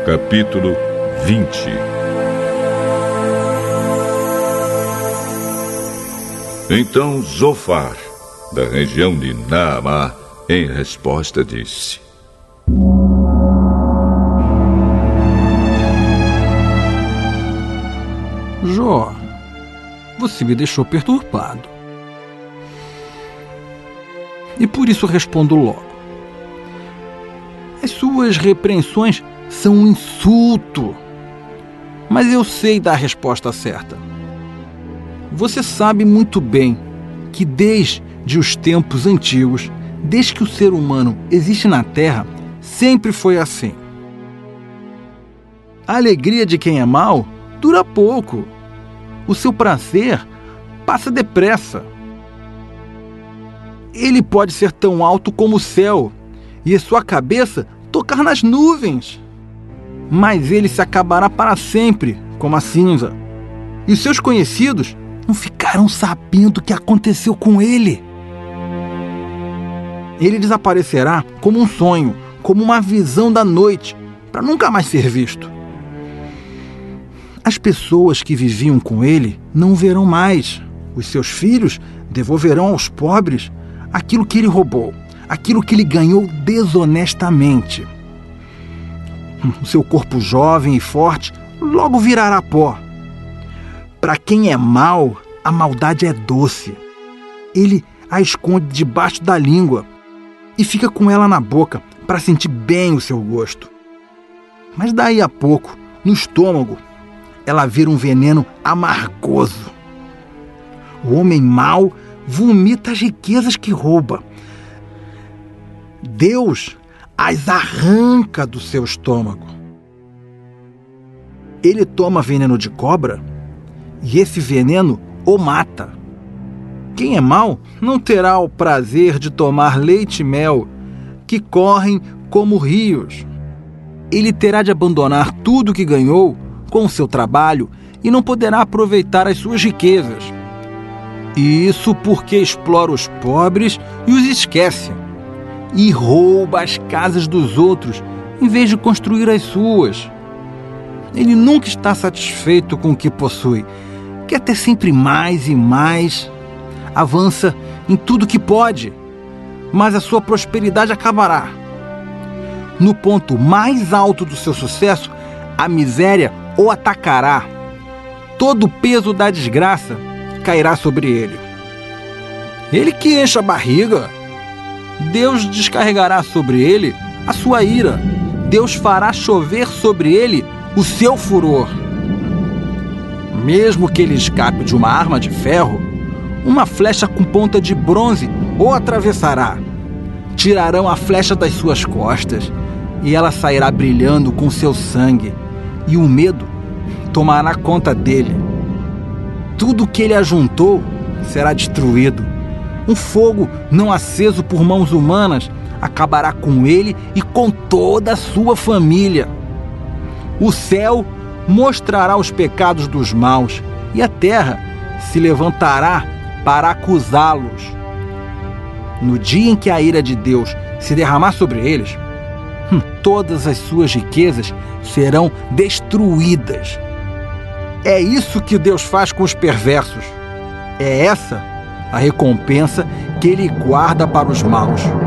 Capítulo 20. Então Zofar, da região de Naamá, em resposta disse: Jó, você me deixou perturbado. E por isso respondo logo. As suas repreensões são um insulto. Mas eu sei dar a resposta certa. Você sabe muito bem que desde os tempos antigos, desde que o ser humano existe na Terra, sempre foi assim. A alegria de quem é mau dura pouco. O seu prazer passa depressa. Ele pode ser tão alto como o céu e a sua cabeça tocar nas nuvens. Mas ele se acabará para sempre, como a cinza. E os seus conhecidos não ficaram sabendo o que aconteceu com ele. Ele desaparecerá como um sonho, como uma visão da noite, para nunca mais ser visto. As pessoas que viviam com ele não o verão mais. Os seus filhos devolverão aos pobres aquilo que ele roubou, aquilo que ele ganhou desonestamente. O seu corpo jovem e forte logo virará pó. Para quem é mau, a maldade é doce. Ele a esconde debaixo da língua e fica com ela na boca para sentir bem o seu gosto. Mas daí a pouco, no estômago, ela vira um veneno amargoso. O homem mau vomita as riquezas que rouba. Deus as arranca do seu estômago. Ele toma veneno de cobra e esse veneno o mata. Quem é mau não terá o prazer de tomar leite e mel que correm como rios. Ele terá de abandonar tudo que ganhou com o seu trabalho e não poderá aproveitar as suas riquezas. Isso porque explora os pobres e os esquece. E rouba as casas dos outros em vez de construir as suas. Ele nunca está satisfeito com o que possui. Quer ter sempre mais e mais. Avança em tudo que pode, mas a sua prosperidade acabará. No ponto mais alto do seu sucesso, a miséria o atacará. Todo o peso da desgraça cairá sobre ele. Ele que enche a barriga. Deus descarregará sobre ele a sua ira. Deus fará chover sobre ele o seu furor. Mesmo que ele escape de uma arma de ferro, uma flecha com ponta de bronze o atravessará. Tirarão a flecha das suas costas e ela sairá brilhando com seu sangue, e o medo tomará conta dele. Tudo que ele ajuntou será destruído. Um fogo não aceso por mãos humanas acabará com ele e com toda a sua família. O céu mostrará os pecados dos maus e a terra se levantará para acusá-los. No dia em que a ira de Deus se derramar sobre eles, todas as suas riquezas serão destruídas. É isso que Deus faz com os perversos. É essa a recompensa que ele guarda para os maus.